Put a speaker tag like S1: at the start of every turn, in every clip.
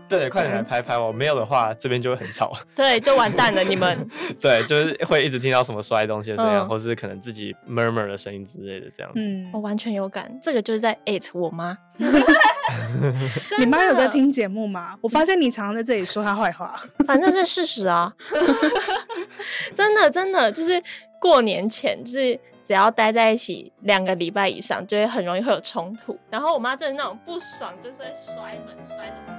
S1: 对，快点来拍拍我，没有的话这边就会很吵。
S2: 对，就完蛋了你们。
S1: 对，就是会一直听到什么摔东西的声音，或是可能自己 murmur 的声音之类的这样子。
S2: 我完全有感，这个就是在 at 我妈。
S3: 你妈有在听节目吗？我发现你常常在这里说她坏话。
S2: 反正是事实啊。真的就是过年前就是只要待在一起2个礼拜以上，就会很容易会有冲突。然后我妈真的那种不爽，就是会摔门摔的。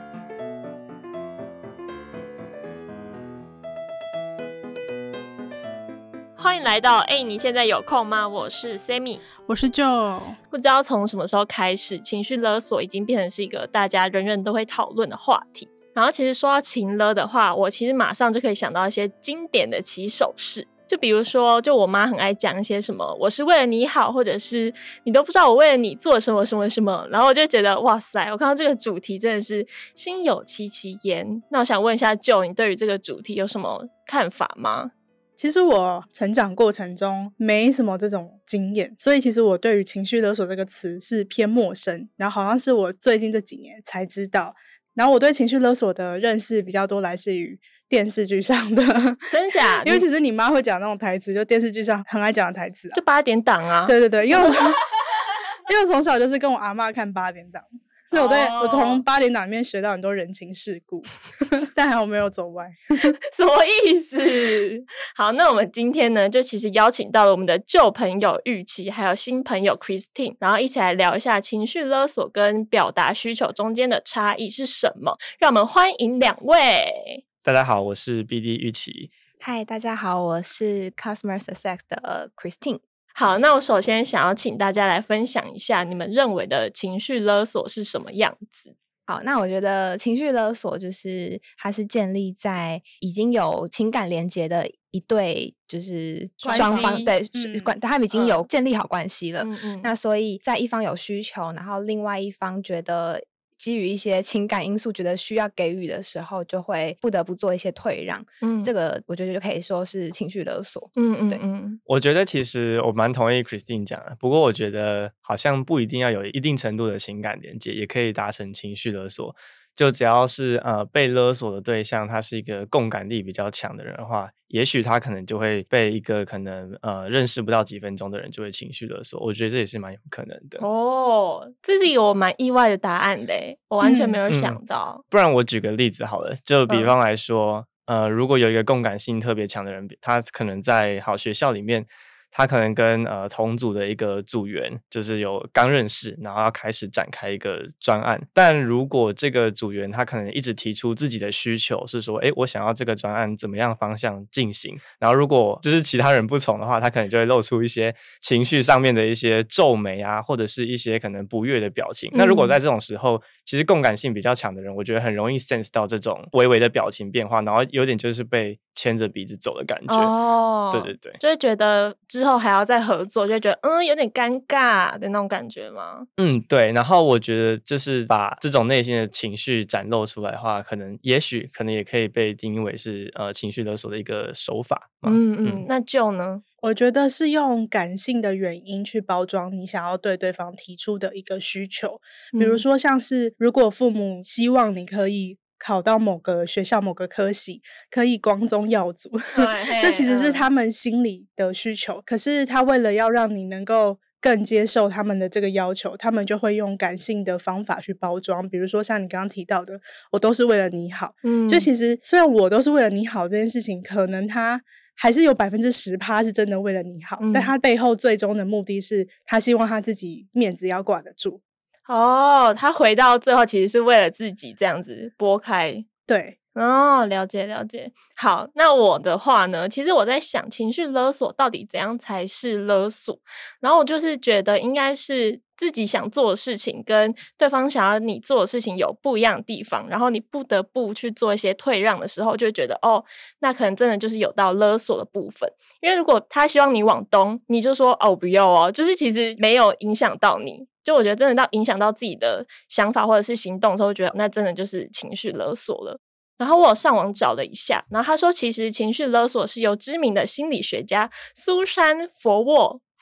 S2: 欢迎来到你现在有空吗？我是 Sammy，
S3: 我是 Joe。
S2: 不知道从什么时候开始，情绪勒索已经变成是一个大家人人都会讨论的话题。然后其实说到情勒的话，我其实马上就可以想到一些经典的起手式，就比如说，就我妈很爱讲一些什么我是为了你好，或者是你都不知道我为了你做什么什么什么，然后我就觉得哇塞，我看到这个主题真的是心有戚戚焉。那我想问一下 Joe， 你对于这个主题有什么看法吗？
S3: 其实我成长过程中没什么这种经验，所以其实我对于情绪勒索这个词是偏陌生，然后好像是我最近这几年才知道。然后我对情绪勒索的认识比较多来自于电视剧上的。
S2: 真假？
S3: 因为其实你妈会讲那种台词，就电视剧上很爱讲的台词啊，
S2: 就8点档啊。
S3: 对对对，因为我从小就是跟我阿嬷看8点档，所以我从8点档里面学到很多人情世故。但还好没有走歪。
S2: 什么意思？好，那我们今天呢就其实邀请到了我们的旧朋友玉琪还有新朋友 Christine， 然后一起来聊一下情绪勒索跟表达需求中间的差异是什么。让我们欢迎2位。
S1: 大家好，我是 BD 玉琪。
S4: 嗨，大家好，我是 Customer Success 的 Christine。
S2: 好，那我首先想要请大家来分享一下你们认为的情绪勒索是什么样子。
S4: 好，那我觉得情绪勒索就是它是建立在已经有情感连结的一对就是双方，对，他们已经有建立好关系了。那所以在一方有需求，然后另外一方觉得基于一些情感因素觉得需要给予的时候，就会不得不做一些退让。这个我觉得就可以说是情绪勒索。对。
S1: 我觉得其实我蛮同意 Christine 讲的，不过我觉得好像不一定要有一定程度的情感连接，也可以达成情绪勒索。就只要是被勒索的对象他是一个共感力比较强的人的话，也许他可能就会被一个可能认识不到几分钟的人就会情绪勒索。我觉得这也是蛮有可能的。
S2: 这是一个我蛮意外的答案的，我完全没有想到。
S1: 不然我举个例子好了，就比方来说如果有一个共感性特别强的人，他可能在学校里面，他可能跟同组的一个组员就是有刚认识，然后要开始展开一个专案。但如果这个组员他可能一直提出自己的需求是说我想要这个专案怎么样方向进行，然后如果就是其他人不从的话，他可能就会露出一些情绪上面的一些皱眉啊，或者是一些可能不悦的表情。那如果在这种时候其实共感性比较强的人，我觉得很容易 sense 到这种微微的表情变化，然后有点就是被牵着鼻子走的感觉。对对对，
S2: 就会觉得之后还要再合作，就会觉得有点尴尬的那种感觉吗？
S1: 对。然后我觉得就是把这种内心的情绪展露出来的话，也许也可以被定义为是情绪勒索的一个手法。
S2: 那Joe呢？
S3: 我觉得是用感性的原因去包装你想要对对方提出的一个需求。比如说像是如果父母希望你可以考到某个学校某个科系，可以光宗耀祖，这其实是他们心里的需求。可是他为了要让你能够更接受他们的这个要求，他们就会用感性的方法去包装。比如说像你刚刚提到的，我都是为了你好。就其实虽然我都是为了你好这件事情，可能他还是有10%是真的为了你好，但他背后最终的目的是他希望他自己面子要挂得住。
S2: 他回到最后其实是为了自己这样子拨开。
S3: 对。
S2: 了解了解。好，那我的话呢，其实我在想情绪勒索到底怎样才是勒索，然后我就是觉得应该是自己想做的事情跟对方想要你做的事情有不一样的地方，然后你不得不去做一些退让的时候，就会觉得那可能真的就是有到勒索的部分。因为如果他希望你往东，你就说不要就是其实没有影响到你，就我觉得真的到影响到自己的想法或者是行动的时候，觉得那真的就是情绪勒索了。然后我有上网找了一下，然后他说其实情绪勒索是由知名的心理学家苏珊·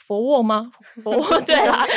S2: 佛沃吗？佛沃对啦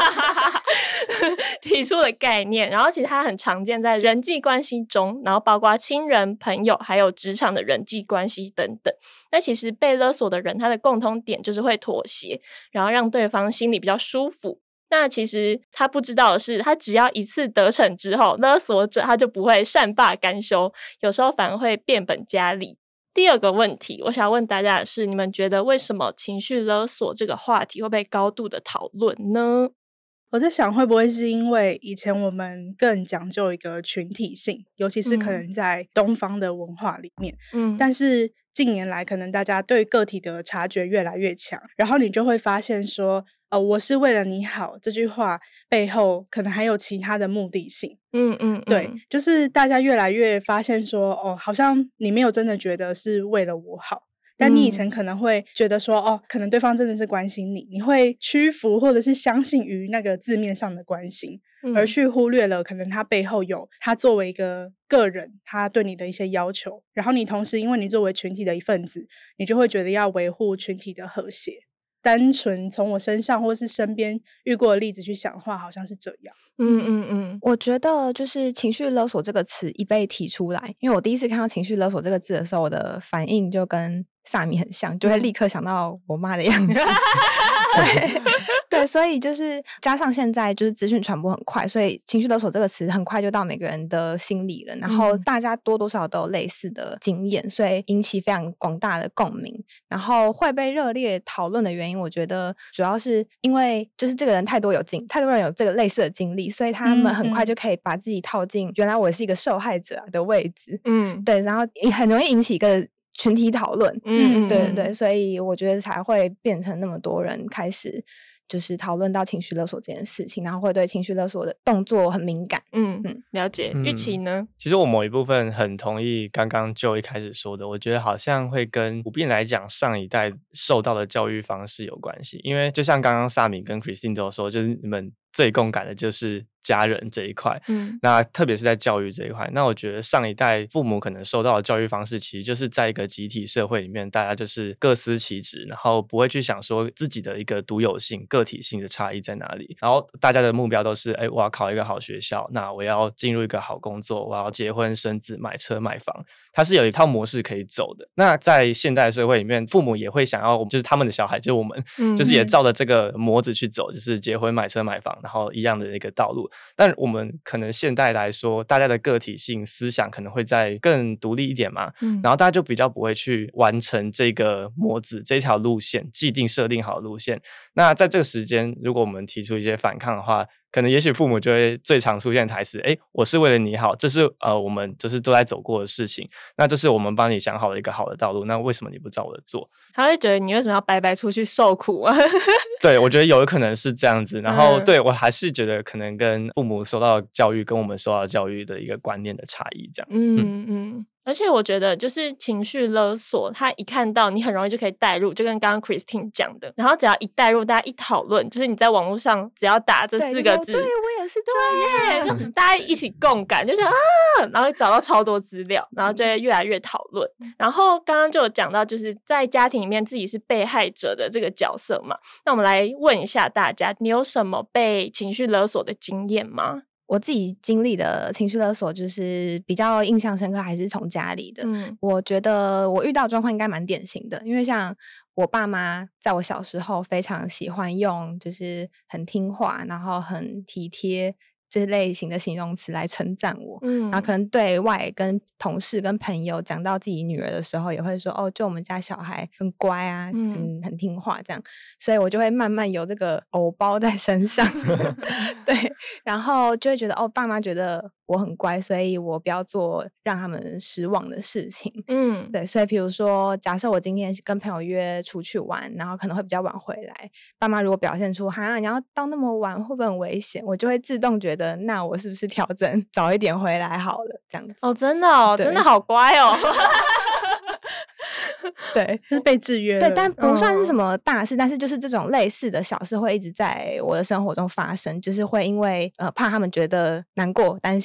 S2: 提出的概念，然后其实它很常见在人际关系中，然后包括亲人、朋友还有职场的人际关系等等。那其实被勒索的人他的共通点就是会妥协，然后让对方心里比较舒服。那其实他不知道的是，他只要一次得逞之后，勒索者他就不会善罢甘休，有时候反而会变本加厉。第二个问题我想问大家的是，你们觉得为什么情绪勒索这个话题会被高度的讨论呢？
S3: 我在想会不会是因为以前我们更讲究一个群体性，尤其是可能在东方的文化里面，但是近年来可能大家对个体的察觉越来越强，然后你就会发现说我是为了你好这句话背后可能还有其他的目的性。对，就是大家越来越发现说好像你没有真的觉得是为了我好，但你以前可能会觉得说可能对方真的是关心你，你会屈服或者是相信于那个字面上的关心，而去忽略了可能他背后有他作为一个个人他对你的一些要求，然后你同时因为你作为群体的一份子，你就会觉得要维护群体的和谐。单纯从我身上或是身边遇过的例子去想的话，好像是这样。
S4: 我觉得就是情绪勒索这个词一被提出来，因为我第一次看到情绪勒索这个字的时候，我的反应就跟萨米很像，就会立刻想到我妈的样子对，所以就是加上现在就是资讯传播很快，所以情绪勒索这个词很快就到每个人的心里了，然后大家多多少少都有类似的经验，所以引起非常广大的共鸣，然后会被热烈讨论的原因，我觉得主要是因为就是这个人太多人有这个类似的经历，所以他们很快就可以把自己套进原来我是一个受害者的位置，对，然后也很容易引起一个群体讨论，对，所以我觉得才会变成那么多人开始就是讨论到情绪勒索这件事情，然后会对情绪勒索的动作很敏感。
S2: 了解。玉琪呢？
S1: 其实我某一部分很同意刚刚就一开始说的，我觉得好像会跟普遍来讲上一代受到的教育方式有关系，因为就像刚刚萨米跟 Christine 都说，就是你们最共感的就是家人这一块，那特别是在教育这一块，那我觉得上一代父母可能受到的教育方式其实就是在一个集体社会里面，大家就是各司其职，然后不会去想说自己的一个独有性个体性的差异在哪里，然后大家的目标都是我要考一个好学校，那我要进入一个好工作，我要结婚生子买车买房，它是有一套模式可以走的。那在现代社会里面，父母也会想要就是他们的小孩就是我们就是也照着这个模子去走，就是结婚买车买房，然后一样的一个道路。但我们可能现代来说，大家的个体性思想可能会再更独立一点嘛，然后大家就比较不会去完成这个模子这条路线既定设定好的路线。那在这个时间如果我们提出一些反抗的话，可能也许父母就会最常出现的台词，我是为了你好，这是我们就是都在走过的事情，那这是我们帮你想好的一个好的道路，那为什么你不照我的做？
S2: 他会觉得你为什么要白白出去受苦啊
S1: 对，我觉得有可能是这样子，然后对，我还是觉得可能跟父母受到的教育跟我们受到的教育的一个观念的差异这样。
S2: 而且我觉得就是情绪勒索，他一看到你很容易就可以带入，就跟刚刚 Christine 讲的，然后只要一带入，大家一讨论，就是你在网络上只要打这4个字，
S4: 对，我也是这样，
S2: 就大家一起共感，就想然后找到超多资料，然后就会越来越讨论。然后刚刚就有讲到就是在家庭里面自己是被害者的这个角色嘛，那我们来问一下大家，你有什么被情绪勒索的经验吗？
S4: 我自己经历的情绪勒索就是比较印象深刻还是从家里的，我觉得我遇到的状况应该蛮典型的，因为像我爸妈在我小时候非常喜欢用就是很听话然后很体贴这类型的形容词来称赞我，然后可能对外跟同事跟朋友讲到自己女儿的时候也会说就我们家小孩很乖啊，很听话这样，所以我就会慢慢有这个偶包在身上对，然后就会觉得爸妈觉得我很乖，所以我不要做让他们失望的事情，对，所以比如说假设我今天跟朋友约出去玩，然后可能会比较晚回来，爸妈如果表现出你要到那么晚会不会很危险，我就会自动觉得那我是不是调整早一点回来好了这样子。
S2: 真的真的好乖
S3: 对，就是被制约了。
S4: 对，但不算是什么大事，但是就是这种类似的小事会一直在我的生活中发生，就是会因为怕他们觉得难过担心，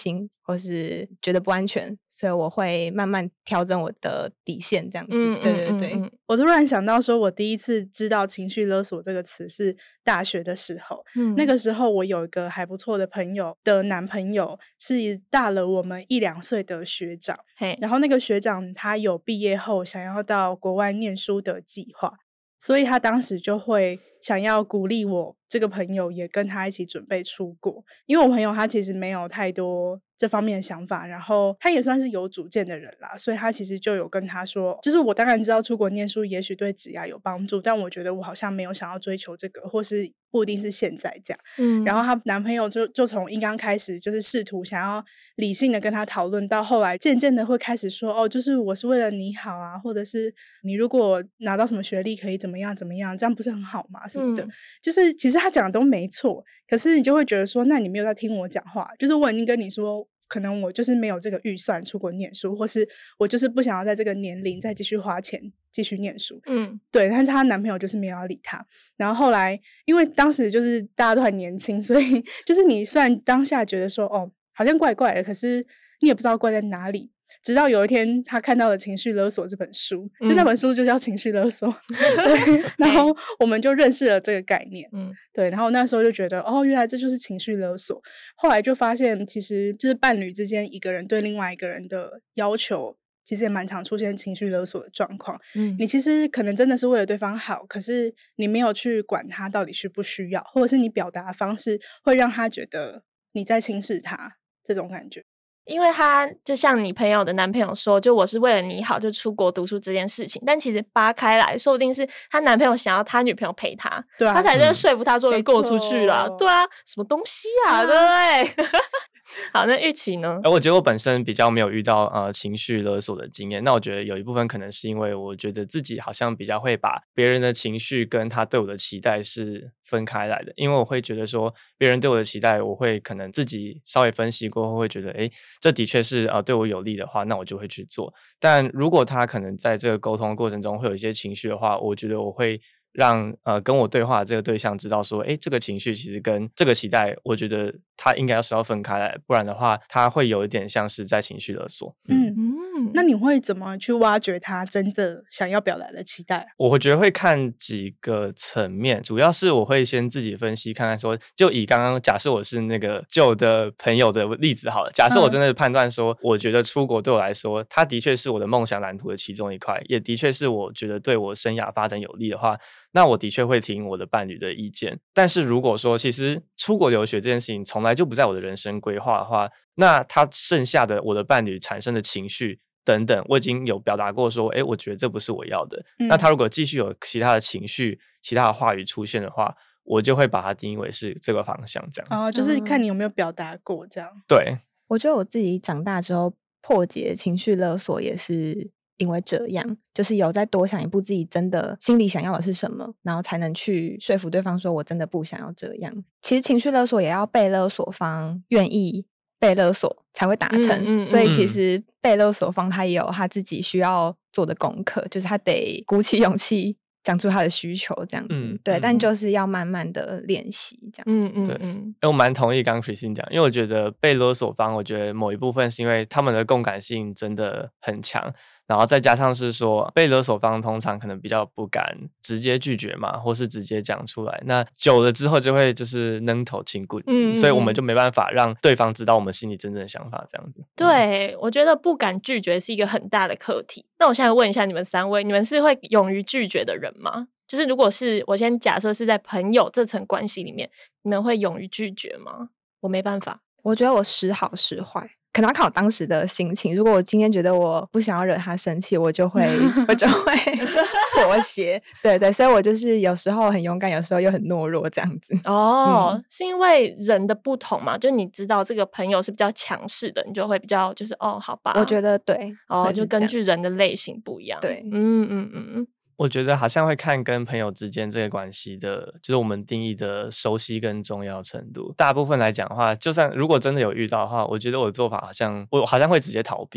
S4: 或是觉得不安全，所以我会慢慢调整我的底线这样子。对对对。
S3: 我突然想到说，我第一次知道情绪勒索这个词是大学的时候。那个时候我有一个还不错的朋友的男朋友是大了我们1-2岁的学长，然后那个学长他有毕业后想要到国外念书的计划，所以他当时就会想要鼓励我这个朋友也跟他一起准备出国。因为我朋友他其实没有太多这方面的想法，然后他也算是有主见的人啦，所以他其实就有跟他说，就是我当然知道出国念书也许对职业有帮助，但我觉得我好像没有想要追求这个，或是不一定是现在这样。然后她男朋友就从一刚开始就是试图想要理性的跟他讨论，到后来渐渐的会开始说，就是我是为了你好啊，或者是你如果拿到什么学历可以怎么样怎么样，这样不是很好吗什么的。就是其实他讲的都没错，可是你就会觉得说，那你没有在听我讲话，就是我已经跟你说可能我就是没有这个预算出国念书，或是我就是不想要在这个年龄再继续花钱继续念书。对，但是她男朋友就是没有要理她。然后后来因为当时就是大家都很年轻，所以就是你虽然当下觉得说好像怪怪的，可是你也不知道怪在哪里。直到有一天他看到了《情绪勒索》这本书，就那本书就叫情绪勒索。对，然后我们就认识了这个概念。对，然后那时候就觉得原来这就是情绪勒索。后来就发现其实就是伴侣之间一个人对另外一个人的要求其实也蛮常出现情绪勒索的状况。你其实可能真的是为了对方好，可是你没有去管他到底需不需要，或者是你表达的方式会让他觉得你在轻视他，这种感觉。
S2: 因为他就像你朋友的男朋友说，就我是为了你好就出国读书这件事情，但其实扒开来说不定是他男朋友想要他女朋友陪他，
S3: 对啊，
S2: 他才在说服他说跟我出去啦。对啊，什么东西啊，对不对？好，那玉琪呢？
S1: 我觉得我本身比较没有遇到情绪勒索的经验，那我觉得有一部分可能是因为我觉得自己好像比较会把别人的情绪跟他对我的期待是分开来的，因为我会觉得说别人对我的期待，我会可能自己稍微分析过后会觉得这的确是对我有利的话，那我就会去做。但如果他可能在这个沟通过程中会有一些情绪的话，我觉得我会让跟我对话的这个对象知道说这个情绪其实跟这个期待我觉得他应该是要分开来，不然的话他会有一点像是在情绪勒索。
S3: 那你会怎么去挖掘他真的想要表达的期待？
S1: 我觉得会看几个层面，主要是我会先自己分析看看说，就以刚刚假设我是那个旧的朋友的例子好了，假设我真的判断说我觉得出国对我来说它的确是我的梦想蓝图的其中一块，也的确是我觉得对我生涯发展有利的话，那我的确会听我的伴侣的意见。但是如果说其实出国留学这件事情从来就不在我的人生规划的话，那他剩下的我的伴侣产生的情绪等等，我已经有表达过说我觉得这不是我要的。那他如果继续有其他的情绪其他的话语出现的话，我就会把它定义为是这个方向这样子。
S3: 就是看你有没有表达过这样。
S1: 对，
S4: 我觉得我自己长大之后破解情绪勒索也是因为这样，就是有再多想一步自己真的心里想要的是什么，然后才能去说服对方说我真的不想要这样。其实情绪勒索也要被勒索方愿意被勒索才会达成，所以其实被勒索方他也有他自己需要做的功课，就是他得鼓起勇气讲出他的需求这样子。对，但就是要慢慢的练习这样子。
S1: 对，我蛮同意刚刚 Christine 讲，因为我觉得被勒索方，我觉得某一部分是因为他们的共感性真的很强，然后再加上是说被勒索方通常可能比较不敢直接拒绝嘛，或是直接讲出来，那久了之后就会就是扔头轻棍，所以我们就没办法让对方知道我们心里真正的想法这样子。
S2: 对，我觉得不敢拒绝是一个很大的课题。那我现在问一下你们三位，你们是会勇于拒绝的人吗？就是如果是我先假设是在朋友这层关系里面，你们会勇于拒绝吗？我没办法，
S4: 我觉得我时好时坏，可能要看我当时的心情。如果我今天觉得我不想要惹他生气，我就会妥协。对对，所以我就是有时候很勇敢，有时候又很懦弱这样子。
S2: 是因为人的不同嘛？就你知道这个朋友是比较强势的，你就会比较就是好吧。
S4: 我觉得对，
S2: 就根据人的类型不一样。
S4: 对，
S1: 我觉得好像会看跟朋友之间这个关系的，就是我们定义的熟悉跟重要程度。大部分来讲的话，就算如果真的有遇到的话，我觉得我的做法我好像会直接逃避。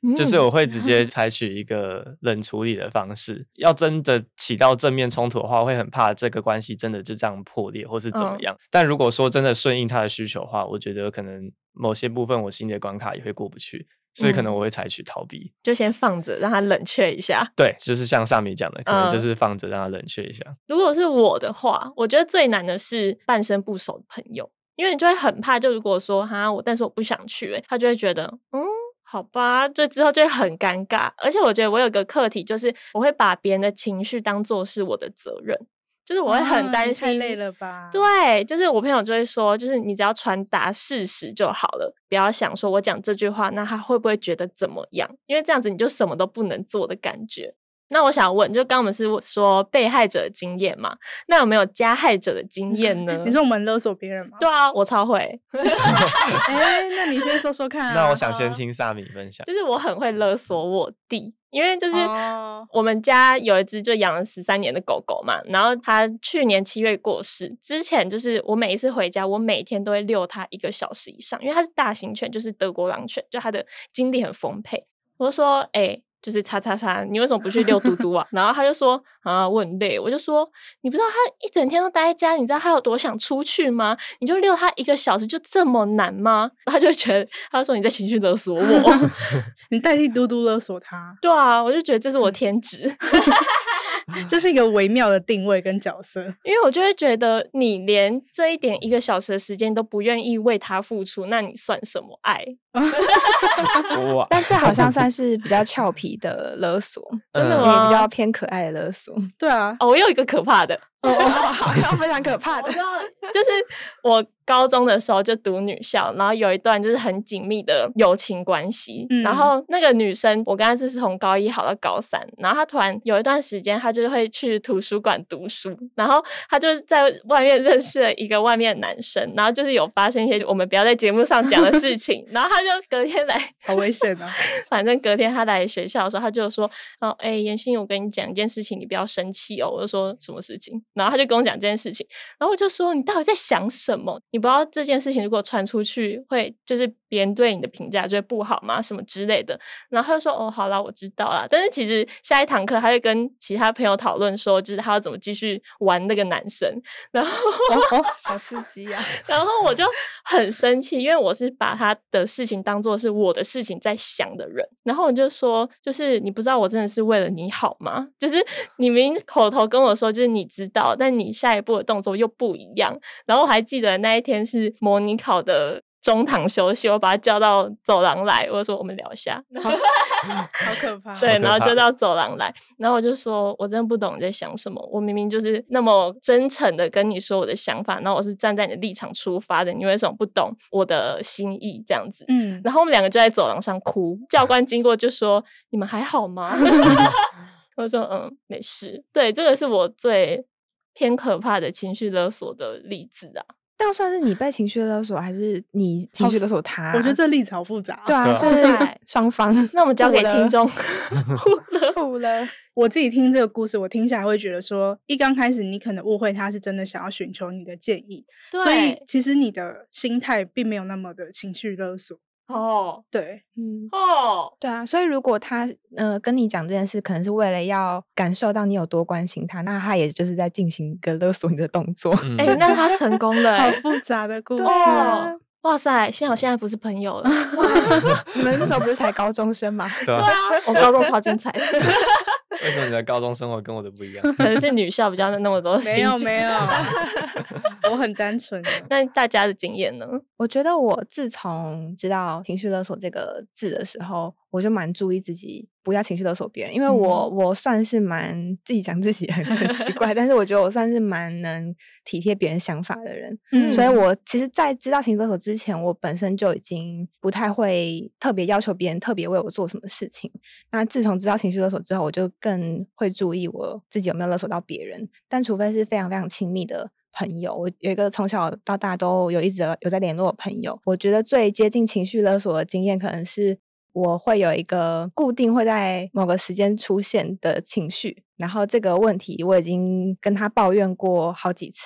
S1: 就是我会直接采取一个冷处理的方式。要真的起到正面冲突的话，会很怕这个关系真的就这样破裂或是怎么样。但如果说真的顺应他的需求的话，我觉得可能某些部分我心里的关卡也会过不去，所以可能我会采取逃避，
S2: 就先放着让他冷却一下。
S1: 对，就是像萨米讲的，可能就是放着让他冷却一下。
S2: 如果是我的话，我觉得最难的是半生不熟的朋友，因为你就会很怕，就如果说但是我不想去，他就会觉得好吧，就之后就会很尴尬。而且我觉得我有个课题，就是我会把别人的情绪当作是我的责任，就是我会很担心，
S3: 太累了吧？
S2: 对，就是我朋友就会说，就是你只要传达事实就好了，不要想说我讲这句话，那他会不会觉得怎么样？因为这样子你就什么都不能做的感觉。那我想问，就刚我们是说被害者的经验嘛，那有没有加害者的经验呢？
S3: 你说我们勒索别人吗？
S2: 对啊，我超会。
S3: 那你先说说看啊。
S1: 那我想先听萨米分享。
S2: 就是我很会勒索我弟，因为就是我们家有一只就养了13年的狗狗嘛，然后它去年7月过世，之前就是我每一次回家，我每天都会遛它1个小时以上，因为它是大型犬，就是德国狼犬，就它的精力很丰沛。我就说就是叉叉叉，你为什么不去遛嘟嘟啊？然后他就说我很累。我就说你不知道他一整天都待在家，你知道他有多想出去吗？你就遛他1个小时就这么难吗？他就觉得他就说你在情绪勒索我，
S3: 你代替嘟嘟勒索他。
S2: 对啊，我就觉得这是我天职。
S3: 这是一个微妙的定位跟角色，
S2: 因为我就会觉得你连这一点1个小时的时间都不愿意为他付出，那你算什么爱？
S4: 但这好像算是比较俏皮的勒索，
S2: 真的吗？
S4: 比较偏可爱的勒索。
S3: 对啊，
S2: 我有一个可怕的，
S4: 好像非常可怕的，
S2: 就是我高中的时候就读女校，然后有一段就是很紧密的友情关系，然后那个女生我跟她是从高1好到高3，然后她突然有一段时间她就会去图书馆读书，然后她就是在外面认识了一个外面的男生，然后就是有发生一些我们不要在节目上讲的事情，然后她就隔天来，
S3: 好危险啊！
S2: 反正隔天她来学校的时候，她就说妍欣，我跟你讲一件事情，你不要生气哦。我就说什么事情？然后她就跟我讲这件事情，然后我就说你到底在想什么？你不知道这件事情如果传出去会就是别人对你的评价就会不好吗？什么之类的。然后他就说好啦，我知道啦。但是其实下一堂课他就跟其他朋友讨论说，就是他要怎么继续玩那个男生。然后
S4: 好刺激啊！
S2: 然后我就很生气，因为我是把他的事情当作是我的事情在想的人。然后我就说，就是你不知道我真的是为了你好吗？就是你明明口头跟我说就是你知道，但你下一步的动作又不一样。然后我还记得那一天是模拟考的中堂休息，我把他叫到走廊来，我就说我们聊一下。
S3: 好可怕。
S2: 对，然后就到走廊来，然后我就说我真的不懂你在想什么，我明明就是那么真诚的跟你说我的想法，然后我是站在你的立场出发的，你为什么不懂我的心意这样子？然后我们2个就在走廊上哭，教官经过就说你们还好吗？我说没事。对，这个是我最偏可怕的情绪勒索的例子啊。
S4: 这样算是你被情绪勒索，还是你情绪勒索他？
S3: 我觉得这例子好复杂。
S4: 对啊，这是双方。
S2: 那我们交给听众。
S4: 互勒。
S3: 我自己听这个故事，我听下来会觉得说，一刚开始你可能误会他是真的想要寻求你的建议，所以其实你的心态并没有那么的情绪勒索。对，
S4: 对啊，所以如果他跟你讲这件事，可能是为了要感受到你有多关心他，那他也就是在进行一个勒索你的动作。
S2: 那他成功了。
S3: 好复杂的故事
S2: 哇塞，幸好现在不是朋友了。
S4: 你们那时候不是才高中生吗？
S2: 对啊，我高中超精彩的。
S1: 为什么你的高中生活跟我的不一样？
S2: 可能是女校比较那么多心机。
S3: 没有我很单纯。
S2: 那大家的经验呢？
S4: 我觉得我自从知道情绪勒索这个字的时候，我就蛮注意自己不要情绪勒索别人，因为我算是蛮自己讲自己很奇怪，但是我觉得我算是蛮能体贴别人想法的人。所以我其实在知道情绪勒索之前，我本身就已经不太会特别要求别人特别为我做什么事情。那自从知道情绪勒索之后，我就更会注意我自己有没有勒索到别人，但除非是非常非常亲密的朋友，我有一个从小到大都一直有在联络的朋友，我觉得最接近情绪勒索的经验可能是我会有一个固定会在某个时间出现的情绪，然后这个问题我已经跟他抱怨过好几次了，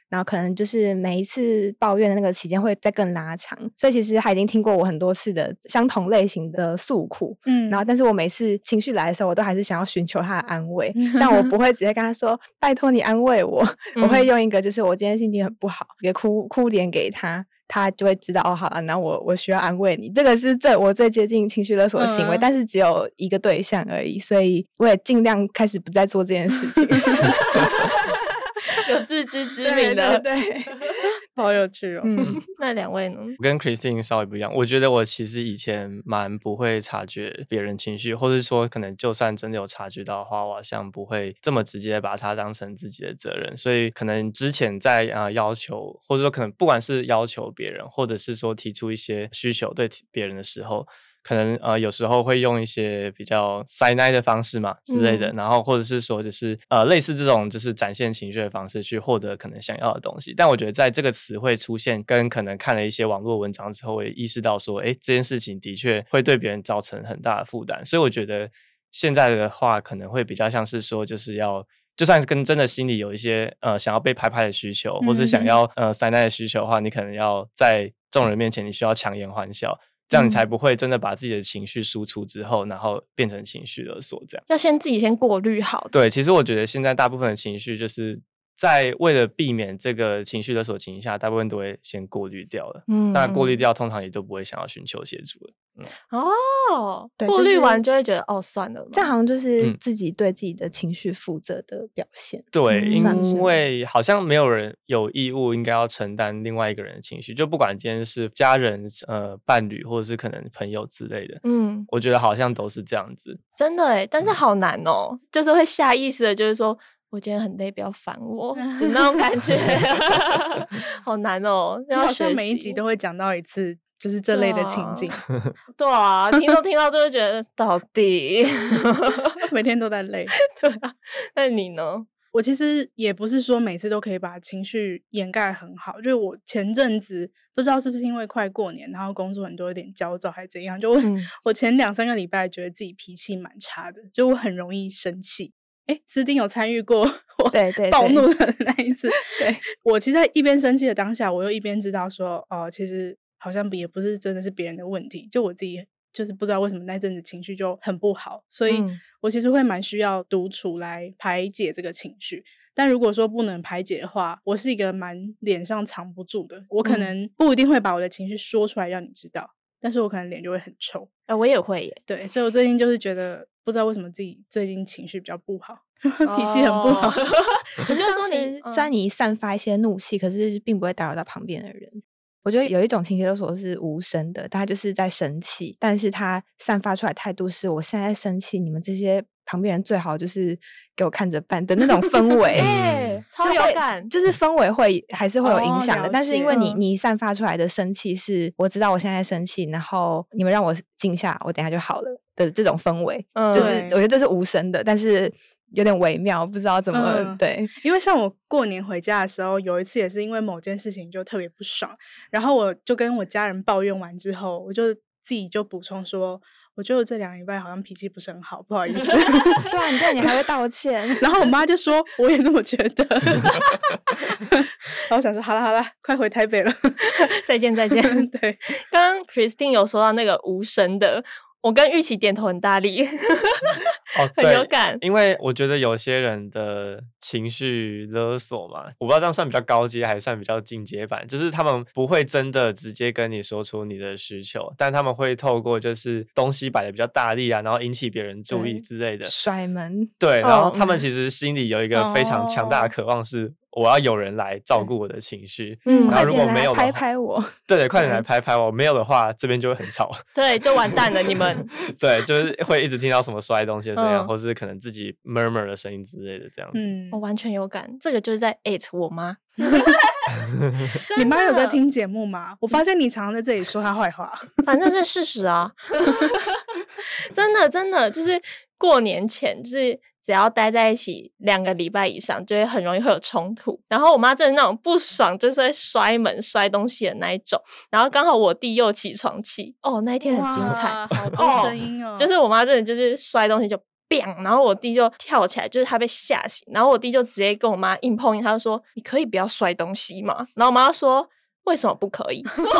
S4: 然后可能就是每一次抱怨的那个期间会再更拉长，所以其实他已经听过我很多次的相同类型的诉苦，然后但是我每次情绪来的时候，我都还是想要寻求他的安慰，但我不会直接跟他说拜托你安慰我，我会用一个就是我今天心情很不好，一个哭脸给他，他就会知道哦，好了，那我需要安慰你，这个是我最接近情绪勒索的行为，但是只有一个对象而已，所以我也尽量开始不再做这件事情。
S2: 有自知之明的，
S4: 对，
S3: 好有趣哦。
S2: 那两位呢？
S1: 我跟 Christine 稍微不一样，我觉得我其实以前蛮不会察觉别人情绪，或者说可能就算真的有察觉到的话，我好像不会这么直接把它当成自己的责任，所以可能之前在要求，或者说可能不管是要求别人，或者是说提出一些需求对别人的时候，可能有时候会用一些比较塞奶的方式嘛之类的，然后或者是说就是类似这种就是展现情绪的方式去获得可能想要的东西。但我觉得在这个词汇出现跟可能看了一些网络文章之后，我也意识到说这件事情的确会对别人造成很大的负担，所以我觉得现在的话可能会比较像是说就是要就算是跟真的心里有一些想要被拍拍的需求，或是想要塞奶的需求的话，你可能要在众人面前你需要强颜欢笑，这样你才不会真的把自己的情绪输出之后，然后变成情绪勒索这样。
S2: 要自己先过滤好。
S1: 对，其实我觉得现在大部分的情绪就是在为了避免这个情绪勒索情绪下，大部分都会先过滤掉了。当然过滤掉通常也都不会想要寻求协助了。
S2: 过滤完就会觉得算了，
S4: 这好像就是自己对自己的情绪负责的表现。
S1: 对，因为好像没有人有义务应该要承担另外一个人的情绪，就不管今天是家人、伴侣，或者是可能朋友之类的。我觉得好像都是这样子。
S2: 真的但是好难哦，就是会下意识的，就是说我今天很累，不要烦我，那种感觉，好难哦。
S3: 好像每一集都会讲到一次。就是这类的情景，
S2: 对啊，听到就会觉得到底
S3: 每天都在累。
S2: 对啊，那你呢？
S3: 我其实也不是说每次都可以把情绪掩盖很好，就是我前阵子不知道是不是因为快过年，然后工作很多有点焦躁还是怎样，就我前2-3个礼拜觉得自己脾气蛮差的，就我很容易生气。斯丁有参与过我暴怒的那一次。对，我其实在一边生气的当下，我又一边知道说其实好像也不是真的是别人的问题，就我自己就是不知道为什么那阵子情绪就很不好，所以我其实会蛮需要独处来排解这个情绪。但如果说不能排解的话，我是一个蛮脸上藏不住的，我可能不一定会把我的情绪说出来让你知道，但是我可能脸就会很臭。
S2: 我也会耶。
S3: 对，所以我最近就是觉得不知道为什么自己最近情绪比较不好，脾气很不好。
S4: 可是就是说你虽然你散发一些怒气，可是并不会打扰到旁边的人。我觉得有一种情绪勒索是无声的，他就是在生气，但是他散发出来态度是我现在生气，你们这些旁边人最好就是给我看着办的那种氛围。
S2: 超有感，
S4: 就是氛围还是会有影响的，但是因为你散发出来的生气是我知道我现在生气，然后你们让我静下，我等一下就好了的这种氛围，就是我觉得这是无声的，但是有点微妙，不知道怎么对。
S3: 因为像我过年回家的时候，有一次也是因为某件事情就特别不爽，然后我就跟我家人抱怨完之后，我就自己就补充说，我觉得这2礼拜好像脾气不是很好，不好意思。
S4: 对啊，你还会道歉。
S3: 然后我妈就说我也这么觉得。然后我想说好了快回台北了。
S2: 再见。
S3: 对，
S2: 刚刚 Christine 有说到那个无声的，我跟玉琪点头很大力。很有感。
S1: 因为我觉得有些人的情绪勒索嘛，我不知道这样算比较高阶还是算比较进阶版，就是他们不会真的直接跟你说出你的需求，但他们会透过就是东西摆的比较大力啊，然后引起别人注意之类的
S4: 甩门。
S1: 对，然后他们其实心里有一个非常强大的渴望，是我要有人来照顾我的情绪。然后如果没有的话，
S4: 拍拍我。
S1: 对，快点来拍拍我。没有的话，这边就会很吵。
S2: 对，就完蛋了你们。
S1: 对，就是会一直听到什么摔东西的声音，或是可能自己 murmur 的声音之类的这样子。
S2: 我完全有感，这个就是在 at 我妈。
S3: 你妈有在听节目吗？我发现你常常在这里说她坏话。
S2: 反正是事实啊。真的就是过年前就是只要待在一起2个礼拜以上，就会很容易会有冲突。然后我妈真的那种不爽，就是会摔门摔东西的那一种。然后刚好我弟又起床气，那一天很精彩，
S3: 好多声音哦。
S2: 就是我妈真的就是摔东西就砰，然后我弟就跳起来，就是他被吓醒，然后我弟就直接跟我妈硬碰硬，他就说你可以不要摔东西嘛，然后我妈说为什么不可以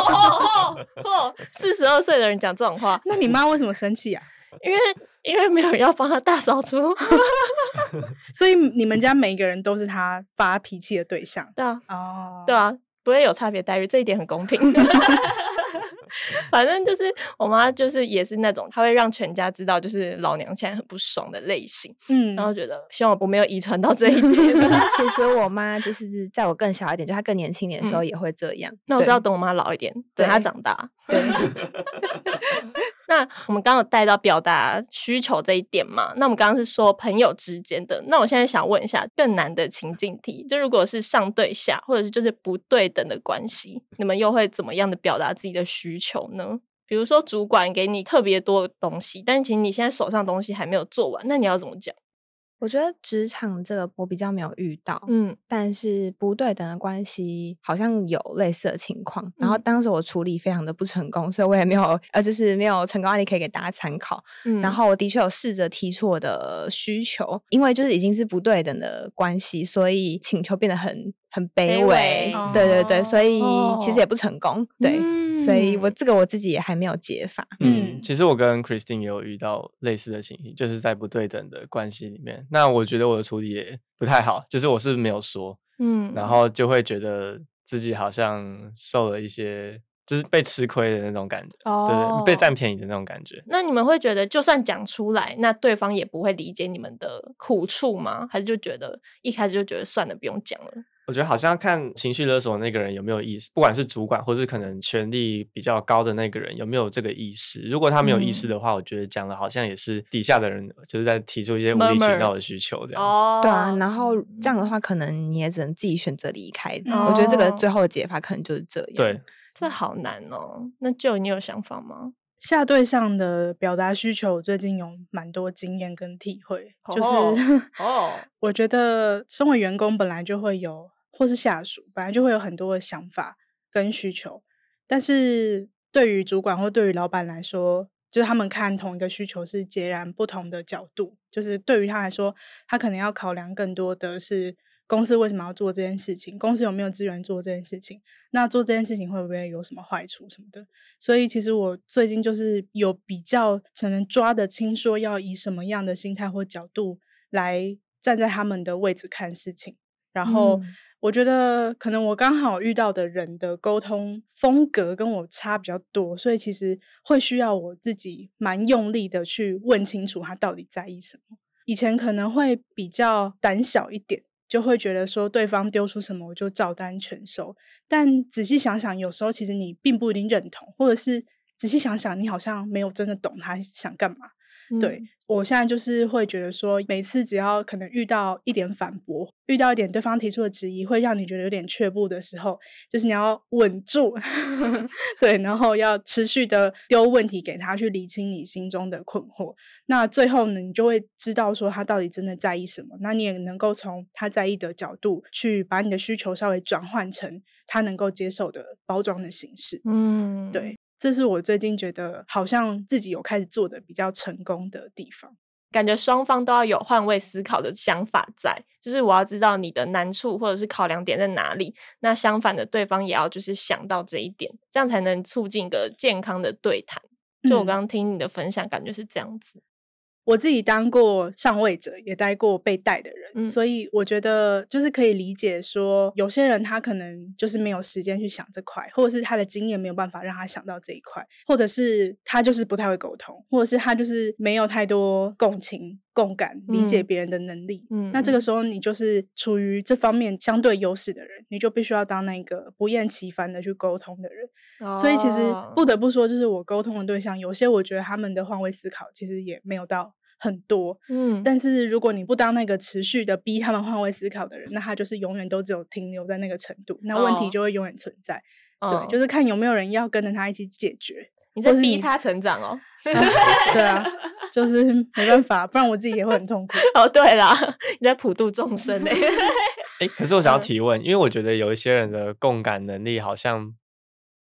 S2: ？42岁的人讲这种话，
S3: 那你妈为什么生气啊？
S2: 因为没有人要帮他大扫除
S3: 所以你们家每一个人都是他发脾气的对象。
S2: 对啊，
S3: 哦，
S2: 对啊，不会有差别待遇，这一点很公平反正就是我妈就是也是那种她会让全家知道就是老娘现在很不爽的类型，然后觉得希望我没有遗传到这一点
S4: 其实我妈就是在我更小一点，就她更年轻点的时候也会这样，
S2: 那我是要等我妈老一点，等她长大。
S3: 对
S2: 那我们刚刚有带到表达需求这一点嘛，那我们刚刚是说朋友之间的，那我现在想问一下更难的情境题，就如果是上对下或者是就是不对等的关系，你们又会怎么样的表达自己的需求呢？比如说主管给你特别多的东西，但其实你现在手上的东西还没有做完，那你要怎么讲？
S4: 我觉得职场这个我比较没有遇到，但是不对等的关系好像有类似的情况，然后当时我处理非常的不成功，所以我也没有就是没有成功案例可以给大家参考，然后我的确有试着提出我的需求，因为就是已经是不对等的关系，所以请求变得很卑微，对对对，所以其实也不成功，对，所以我自己也还没有解法。
S1: 其实我跟 Christine 也有遇到类似的情形，就是在不对等的关系里面，那我觉得我的处理也不太好，就是我是没有说，然后就会觉得自己好像受了一些就是被吃亏的那种感觉，对，被占便宜的那种感觉。
S2: 那你们会觉得就算讲出来，那对方也不会理解你们的苦处吗？还是就觉得一开始就觉得算了不用讲了？
S1: 我觉得好像看情绪勒索那个人有没有意识，不管是主管或是可能权力比较高的那个人有没有这个意识。如果他没有意识的话，我觉得讲了好像也是底下的人就是在提出一些无理取闹的需求这样子。
S4: 对啊，然后这样的话可能你也只能自己选择离开。我觉得这个最后的解法可能就是这样。
S1: 对，
S2: 这好难哦。那就你有想法吗？
S3: 下对上的表达需求，我最近有蛮多经验跟体会，就是我觉得身为员工本来就会有，或是下属本来就会有很多的想法跟需求，但是对于主管或对于老板来说，就是他们看同一个需求是截然不同的角度，就是对于他来说，他可能要考量更多的是公司为什么要做这件事情，公司有没有资源做这件事情，那做这件事情会不会有什么坏处什么的。所以其实我最近就是有比较可能抓得清说要以什么样的心态或角度来站在他们的位置看事情，然后我觉得可能我刚好遇到的人的沟通风格跟我差比较多，所以其实会需要我自己蛮用力的去问清楚他到底在意什么。以前可能会比较胆小一点，就会觉得说对方丢出什么我就照单全收，但仔细想想有时候其实你并不一定认同，或者是仔细想想你好像没有真的懂他想干嘛。对，我现在就是会觉得说每次只要可能遇到一点反驳，遇到一点对方提出的质疑会让你觉得有点却步的时候，就是你要稳住对，然后要持续的丢问题给他去理清你心中的困惑，那最后呢你就会知道说他到底真的在意什么，那你也能够从他在意的角度去把你的需求稍微转换成他能够接受的包装的形式。对，这是我最近觉得好像自己有开始做的比较成功的地方。
S2: 感觉双方都要有换位思考的想法在，就是我要知道你的难处或者是考量点在哪里，那相反的对方也要就是想到这一点，这样才能促进一个健康的对谈。就我刚刚听你的分享感觉是这样子。
S3: 我自己当过上位者，也待过被带的人，所以我觉得就是可以理解说有些人他可能就是没有时间去想这块，或者是他的经验没有办法让他想到这一块，或者是他就是不太会沟通，或者是他就是没有太多共情共感理解别人的能力，那这个时候你就是处于这方面相对优势的人，你就必须要当那个不厌其烦的去沟通的人。所以其实不得不说，就是我沟通的对象有些我觉得他们的换位思考其实也没有到很多，但是如果你不当那个持续的逼他们换位思考的人，那他就是永远都只有停留在那个程度，那问题就会永远存在。对，就是看有没有人要跟着他一起解决。
S2: 你在逼他成长哦。
S3: 对啊，就是没办法，不然我自己也会很痛苦。
S2: 哦，对啦，你在普度众生
S1: 可是我想要提问，因为我觉得有一些人的共感能力好像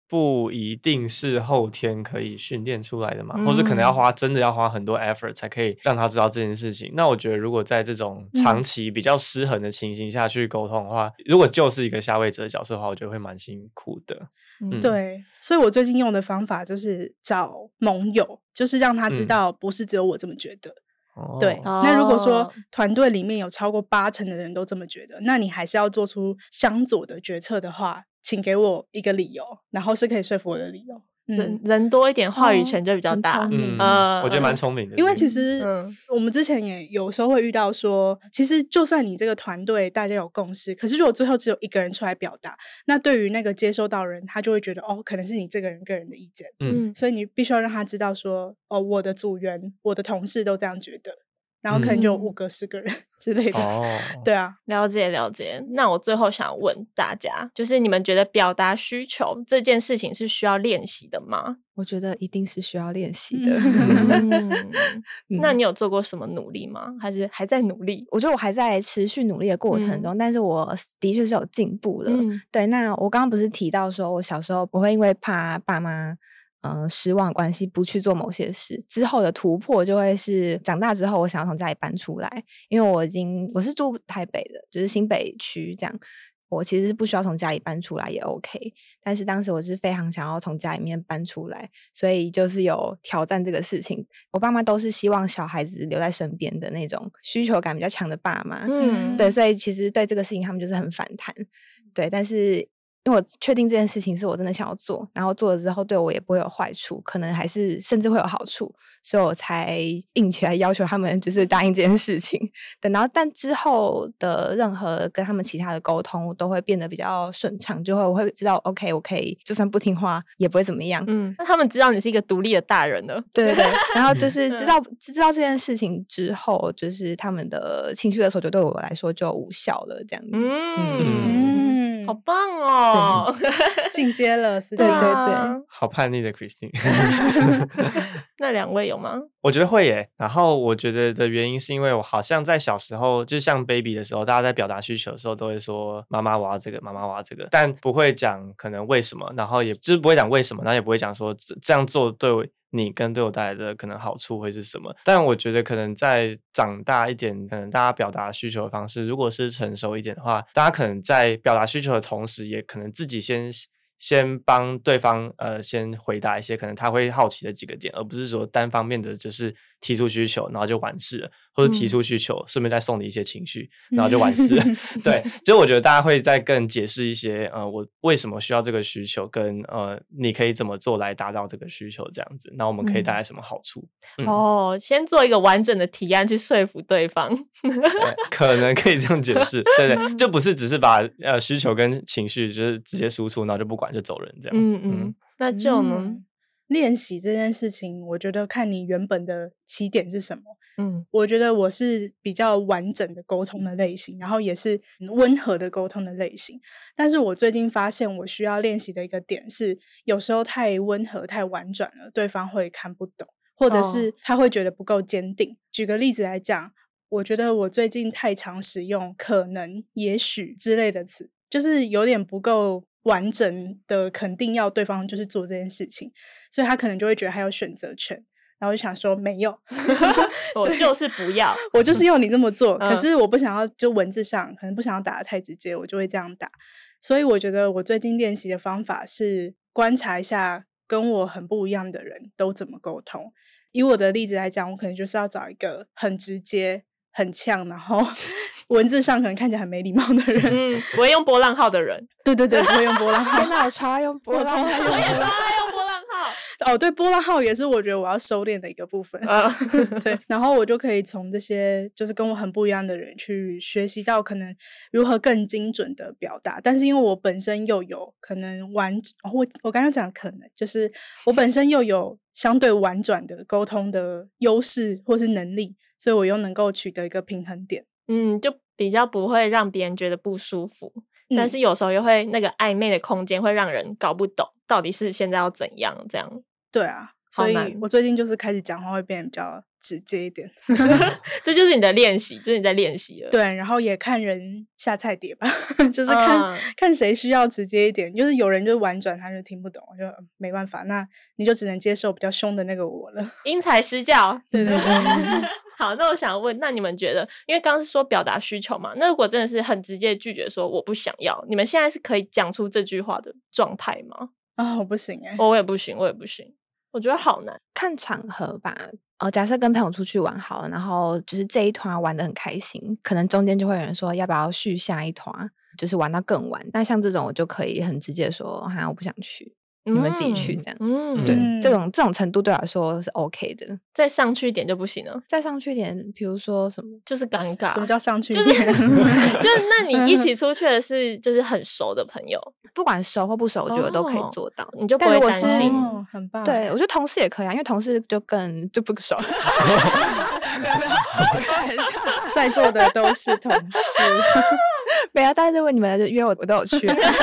S1: 不一定是后天可以训练出来的嘛，或是可能真的要花很多 effort 才可以让他知道这件事情。那我觉得如果在这种长期比较失衡的情形下去沟通的话，如果就是一个下位者的角色的话，我觉得会蛮辛苦的。
S3: 对，所以我最近用的方法就是找盟友，就是让他知道不是只有我这么觉得。对，那如果说团队里面有超过80%的人都这么觉得，那你还是要做出相左的决策的话，请给我一个理由，然后是可以说服我的理由。
S2: 人多一点，话语权就比较大。
S1: 我觉得蛮聪明的。
S3: 因为其实我们之前也有时候会遇到说，其实就算你这个团队大家有共识，可是如果最后只有一个人出来表达，那对于那个接收到人，他就会觉得可能是你这个人个人的意见。所以你必须要让他知道说，我的组员、我的同事都这样觉得。然后可能就有5个10个人之类的。对啊，
S2: 了解。那我最后想问大家，就是你们觉得表达需求这件事情是需要练习的吗？
S4: 我觉得一定是需要练习的。
S2: 那你有做过什么努力吗？还是还在努力？
S4: 我觉得我还在持续努力的过程中，但是我的确是有进步了。对，那我刚刚不是提到说我小时候不会因为怕爸妈失望的关系不去做某些事，之后的突破就会是长大之后我想要从家里搬出来，因为我是住台北的，就是新北区这样，我其实是不需要从家里搬出来也 OK， 但是当时我是非常想要从家里面搬出来，所以就是有挑战这个事情。我爸妈都是希望小孩子留在身边的那种需求感比较强的爸妈，对，所以其实对这个事情他们就是很反弹，对，但是因为我确定这件事情是我真的想要做，然后做了之后对我也不会有坏处，可能还是甚至会有好处，所以我才硬起来要求他们就是答应这件事情。对，然后但之后的任何跟他们其他的沟通都会变得比较顺畅，我会知道 OK 我可以就算不听话也不会怎么样。
S2: 那他们知道你是一个独立的大人了。
S4: 对，然后就是知道这件事情之后，就是他们的情绪勒索就对我来说就无效了这样子。
S2: 好棒哦，
S3: 进阶了，是
S4: 对，
S1: 好叛逆的 Christine。
S2: 那2位有吗？
S1: 我觉得会耶，然后我觉得的原因是因为我好像在小时候就像 baby 的时候，大家在表达需求的时候都会说妈妈我要这个，妈妈我要这个，但不会讲可能为什么，然后也就是不会讲为什么，然后也不会讲说这样做对你跟对我带来的可能好处会是什么。但我觉得可能在长大一点，可能大家表达需求的方式如果是成熟一点的话，大家可能在表达需求的同时也可能自己先帮对方先回答一些可能他会好奇的几个点，而不是说单方面的就是提出需求然后就完事了，或者提出需求顺便再送你一些情绪然后就完事了。对，就我觉得大家会再更解释一些我为什么需要这个需求，跟你可以怎么做来达到这个需求这样子，那我们可以带来什么好处。
S2: 先做一个完整的提案去说服对方。
S1: 可能可以这样解释。对，就不是只是把需求跟情绪就是直接输出然后就不管就走人这样。
S2: 那就呢
S3: 练习这件事情，我觉得看你原本的起点是什么。我觉得我是比较完整的沟通的类型，然后也是温和的沟通的类型。但是我最近发现我需要练习的一个点是，有时候太温和太婉转了，对方会看不懂，或者是他会觉得不够坚定。举个例子来讲，我觉得我最近太常使用可能也许之类的词，就是有点不够完整的肯定要对方就是做这件事情，所以他可能就会觉得他有选择权，然后就想说没有
S2: 我就是不要
S3: 我就是要你这么做可是我不想要就文字上可能不想要打得太直接，我就会这样打。所以我觉得我最近练习的方法是观察一下跟我很不一样的人都怎么沟通。以我的例子来讲，我可能就是要找一个很直接很呛，然后文字上可能看起来很没礼貌的人
S2: 不会用波浪号的人。
S3: 对，不会用波浪号。
S4: 天哪，我超爱用波浪号，
S2: 我也超爱用波浪号。
S3: 对，波浪号也是我觉得我要收敛的一个部分。对，然后我就可以从这些就是跟我很不一样的人去学习到可能如何更精准的表达。但是因为我本身又有可能我刚刚讲可能就是我本身又有相对婉转的沟通的优势或是能力，所以我又能够取得一个平衡点。
S2: 就比较不会让别人觉得不舒服，但是有时候又会那个暧昧的空间会让人搞不懂到底是现在要怎样这样。
S3: 对啊， 所以我最近就是开始讲话会变得比较直接一点。
S2: 这就是你的练习，就是你在练习了。
S3: 对，然后也看人下菜碟吧，就是看谁需要直接一点，就是有人就婉转他就听不懂，我就没办法，那你就只能接受比较凶的那个我了。
S2: 因材施教。
S3: 对对对。
S2: 好，那我想问，那你们觉得，因为刚刚是说表达需求嘛，那如果真的是很直接拒绝说我不想要，你们现在是可以讲出这句话的状态吗？
S3: 我不行
S2: 我也不行，我觉得好难。
S4: 看场合吧，假设跟朋友出去玩好了，然后就是这一团玩得很开心，可能中间就会有人说要不要续下一团，就是玩到更晚。那像这种我就可以很直接说我不想去，你们自己去这样。对，这种程度对我来说是 OK 的。
S2: 再上去一点就不行了。
S4: 再上去一点，比如说什么，
S2: 就是尴尬。
S3: 什么叫上去一点？
S2: 就是那你一起出去的是就是很熟的朋友，
S4: 不管熟或不熟，我觉得都可以做到，
S2: 你就不会担心。
S3: 很棒。
S4: 对，我觉得同事也可以啊，因为同事就不熟。
S3: 在座的都是同事。
S4: 没有，但是如果你们约我都有去。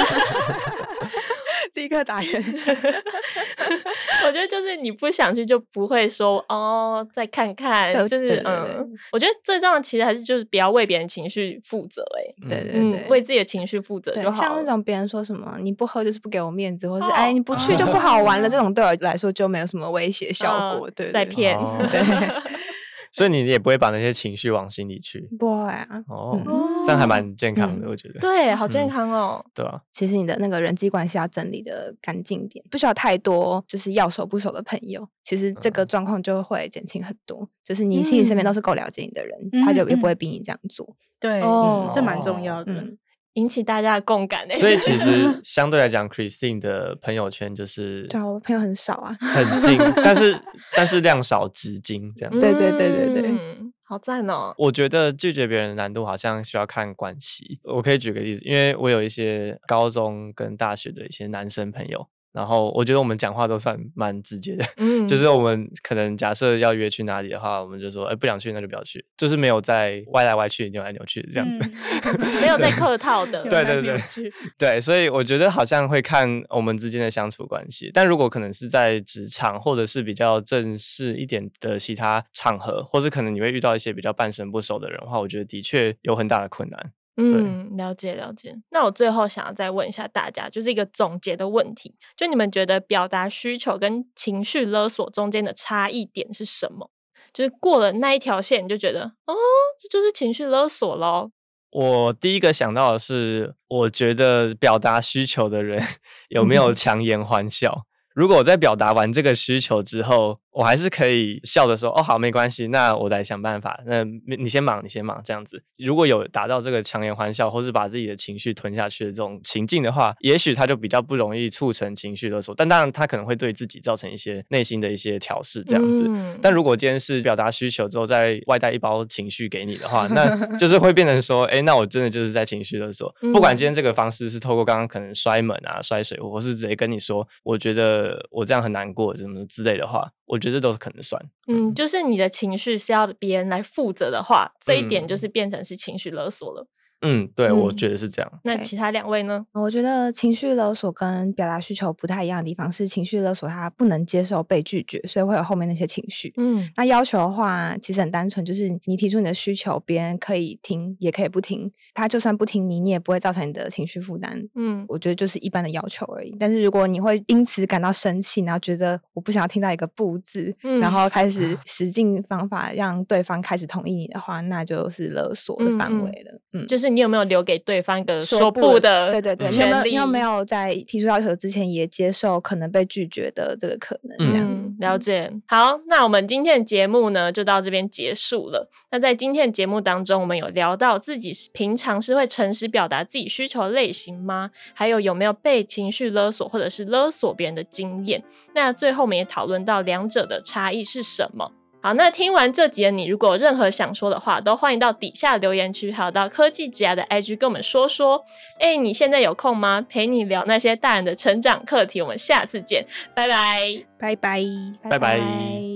S4: 立刻打圆场。
S2: 我觉得就是你不想去就不会说再看看，就是我觉得最重要的其实还是就是不要为别人情绪负责。
S4: 对，
S2: 为自己的情绪负责就好了。
S4: 像那种别人说什么你不喝就是不给我面子，或是你不去就不好玩了，这种对我来说就没有什么威胁效果。对，
S2: 在骗。
S4: 对。
S1: 所以你也不会把那些情绪往心里去？
S4: 不会啊。
S1: 这样还蛮健康的，我觉得。
S2: 对，好健康哦。
S1: 对啊。
S4: 其实你的那个人际关系要整理的干净点，不需要太多就是要熟不熟的朋友，其实这个状况就会减轻很多。就是你心里身边都是够了解你的人，他就也不会逼你这样做。
S3: 对，这蛮重要的。
S2: 引起大家的共感。
S1: 所以其实相对来讲 Christine 的朋友圈就是
S4: 对啊，我朋友很少啊，
S1: 很近，但是量少质精这样。
S4: 对，
S2: 好赞哦。
S1: 我觉得拒绝别人的难度好像需要看关系。我可以举个例子，因为我有一些高中跟大学的一些男生朋友，然后我觉得我们讲话都算蛮直接的。就是我们可能假设要约去哪里的话，我们就说不想去那就不要去，就是没有在歪来歪去扭来扭去的这样子。
S2: 没有在客套的。
S1: 对，所以我觉得好像会看我们之间的相处关系。但如果可能是在职场或者是比较正式一点的其他场合，或是可能你会遇到一些比较半生不熟的人的话，我觉得的确有很大的困难。
S2: 了解。那我最后想要再问一下大家，就是一个总结的问题，就你们觉得表达需求跟情绪勒索中间的差异点是什么？就是过了那一条线你就觉得这就是情绪勒索咯。
S1: 我第一个想到的是，我觉得表达需求的人有没有强颜欢笑。如果我在表达完这个需求之后，我还是可以笑着说好，没关系，那我来想办法，那你先忙这样子。如果有达到这个强颜欢笑或是把自己的情绪吞下去的这种情境的话，也许他就比较不容易促成情绪勒索，但当然他可能会对自己造成一些内心的一些调试这样子。但如果今天是表达需求之后再外带一包情绪给你的话，那就是会变成说那我真的就是在情绪勒索。不管今天这个方式是透过刚刚可能摔门啊摔水壶，或是直接跟你说我觉得我这样很难过什么之类的话，我觉得这都可能算。
S2: 就是你的情绪是要别人来负责的话，这一点就是变成是情绪勒索了。
S1: 对，我觉得是这样。
S2: 那其他两位呢？
S4: 我觉得情绪勒索跟表达需求不太一样的地方是，情绪勒索他不能接受被拒绝，所以会有后面那些情绪。那要求的话其实很单纯，就是你提出你的需求，别人可以听也可以不听，他就算不听你也不会造成你的情绪负担。我觉得就是一般的要求而已。但是如果你会因此感到生气，然后觉得我不想要听到一个不字，然后开始使尽方法让对方开始同意你的话，那就是勒索的范围了。
S2: 就是你有没有留给对方一个说不的权利？
S4: 你有没有在提出要求之前也接受可能被拒绝的这个可能？
S2: 了解。好，那我们今天的节目呢就到这边结束了。那在今天的节目当中，我们有聊到自己平常是会诚实表达自己需求的类型吗？还有没有被情绪勒索或者是勒索别人的经验？那最后我们也讨论到两者的差异是什么。好，那听完这集的你，如果有任何想说的话，都欢迎到底下留言区，还有到科技职涯的 IG 跟我们说说。你现在有空吗？陪你聊那些大人的成长课题。我们下次见，拜拜，
S3: 拜拜，
S1: 拜拜。